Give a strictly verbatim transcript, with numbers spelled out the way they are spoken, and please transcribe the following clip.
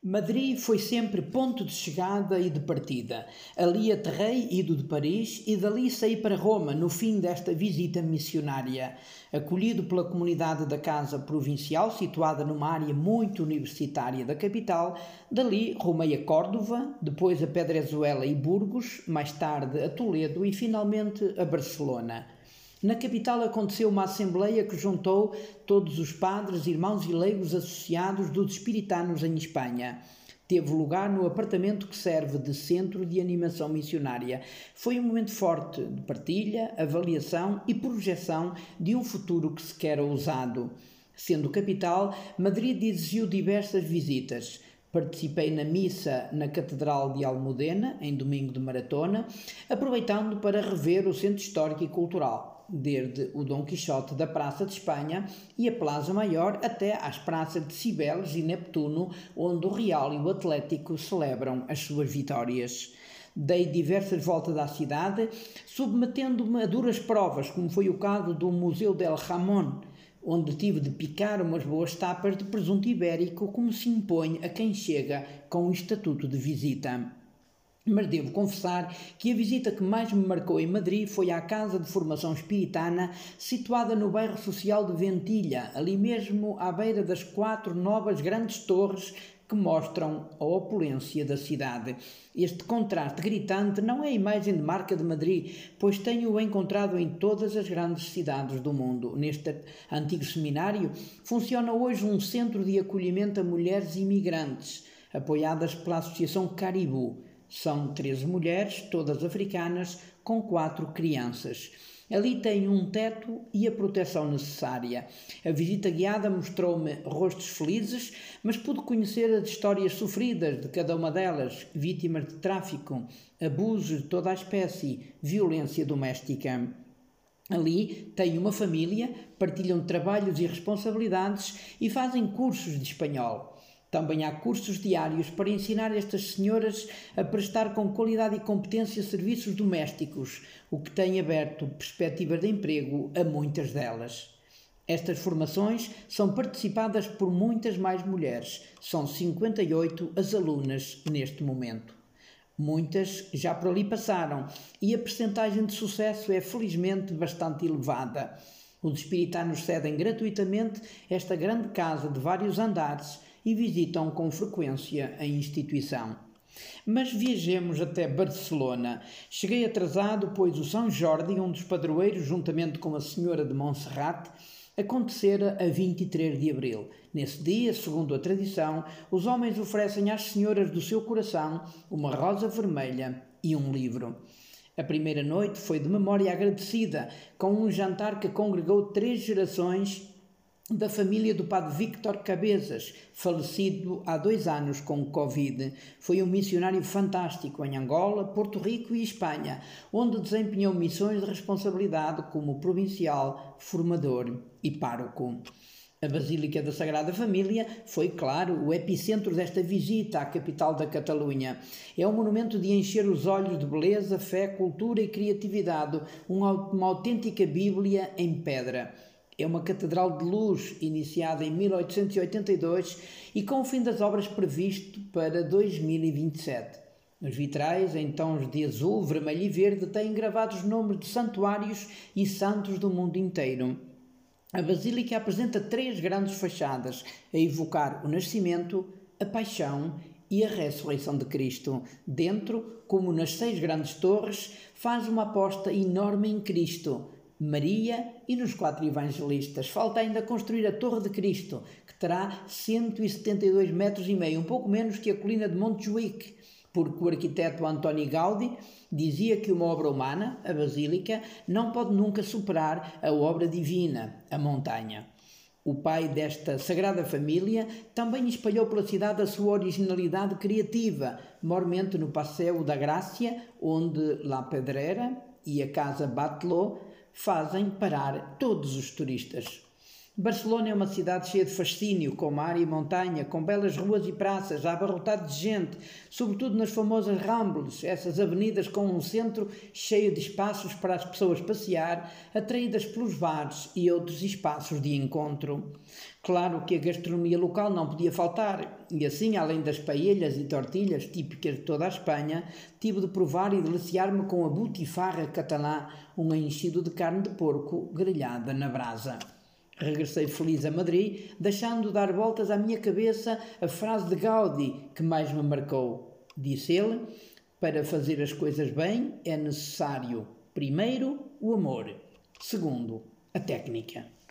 Madrid foi sempre ponto de chegada e de partida. Ali aterrei, ido de Paris, e dali saí para Roma, no fim desta visita missionária. Acolhido pela comunidade da Casa Provincial, situada numa área muito universitária da capital, dali rumei a Córdoba, depois a Pedrezuela e Burgos, mais tarde a Toledo e finalmente a Barcelona. Na capital aconteceu uma assembleia que juntou todos os padres, irmãos e leigos associados dos espiritanos em Espanha. Teve lugar no apartamento que serve de centro de animação missionária. Foi um momento forte de partilha, avaliação e projeção de um futuro que se quer ousado. Sendo capital, Madrid exigiu diversas visitas. Participei na missa na Catedral de Almudena, em domingo de maratona, aproveitando para rever o centro histórico e cultural, desde o Dom Quixote da Praça de Espanha e a Plaza Maior até às praças de Cibeles e Neptuno, onde o Real e o Atlético celebram as suas vitórias. Dei diversas voltas à cidade, submetendo-me a duras provas, como foi o caso do Museu del Jamón, onde tive de picar umas boas tapas de presunto ibérico, como se impõe a quem chega com o estatuto de visita. Mas devo confessar que a visita que mais me marcou em Madrid foi à Casa de Formação Espiritana, situada no bairro social de Ventilha, ali mesmo à beira das quatro novas grandes torres que mostram a opulência da cidade. Este contraste gritante não é a imagem de marca de Madrid, pois tenho-o encontrado em todas as grandes cidades do mundo. Neste antigo seminário funciona hoje um centro de acolhimento a mulheres imigrantes, apoiadas pela Associação Caribou. São treze mulheres, todas africanas, com quatro crianças. Ali tem um teto e a proteção necessária. A visita guiada mostrou-me rostos felizes, mas pude conhecer as histórias sofridas de cada uma delas, vítimas de tráfico, abusos de toda a espécie, violência doméstica. Ali têm uma família, partilham trabalhos e responsabilidades e fazem cursos de espanhol. Também há cursos diários para ensinar estas senhoras a prestar com qualidade e competência serviços domésticos, o que tem aberto perspectivas de emprego a muitas delas. Estas formações são participadas por muitas mais mulheres. São cinquenta e oito as alunas neste momento. Muitas já por ali passaram e a percentagem de sucesso é felizmente bastante elevada. Os espiritanos cedem gratuitamente esta grande casa de vários andares e visitam com frequência a instituição. Mas viajemos até Barcelona. Cheguei atrasado, pois o São Jordi, um dos padroeiros, juntamente com a Senhora de Montserrat, acontecera a vinte e três de abril. Nesse dia, segundo a tradição, os homens oferecem às senhoras do seu coração uma rosa vermelha e um livro. A primeira noite foi de memória agradecida, com um jantar que congregou três gerações da família do padre Víctor Cabezas, falecido há dois anos com Covid. Foi um missionário fantástico em Angola, Porto Rico e Espanha, onde desempenhou missões de responsabilidade como provincial, formador e pároco. A Basílica da Sagrada Família foi, claro, o epicentro desta visita à capital da Catalunha. É um monumento de encher os olhos de beleza, fé, cultura e criatividade, uma autêntica Bíblia em pedra. É uma catedral de luz, iniciada em mil oitocentos e oitenta e dois e com o fim das obras previsto para dois mil e vinte e sete. Os vitrais, em tons de azul, vermelho e verde, têm gravados nomes de santuários e santos do mundo inteiro. A Basílica apresenta três grandes fachadas, a evocar o nascimento, a paixão e a ressurreição de Cristo. Dentro, como nas seis grandes torres, faz uma aposta enorme em Cristo, Maria e nos quatro evangelistas. Falta ainda construir a Torre de Cristo, que terá cento e setenta e dois metros e meio, um pouco menos que a colina de Montjuïc, porque o arquiteto Antoni Gaudí dizia que uma obra humana, a Basílica, não pode nunca superar a obra divina, a montanha. O pai desta Sagrada Família também espalhou pela cidade a sua originalidade criativa, mormente no Passeio da Grácia, onde La Pedrera e a Casa Batlló fazem parar todos os turistas. Barcelona é uma cidade cheia de fascínio, com mar e montanha, com belas ruas e praças, já abarrotado de gente, sobretudo nas famosas Rambles, essas avenidas com um centro cheio de espaços para as pessoas passear, atraídas pelos bares e outros espaços de encontro. Claro que a gastronomia local não podia faltar, e assim, além das paellas e tortilhas típicas de toda a Espanha, tive de provar e deliciar-me com a butifarra catalã, um enchido de carne de porco grelhada na brasa. Regressei feliz a Madrid, deixando dar voltas à minha cabeça a frase de Gaudí que mais me marcou. Disse ele: para fazer as coisas bem é necessário, primeiro, o amor, segundo, a técnica.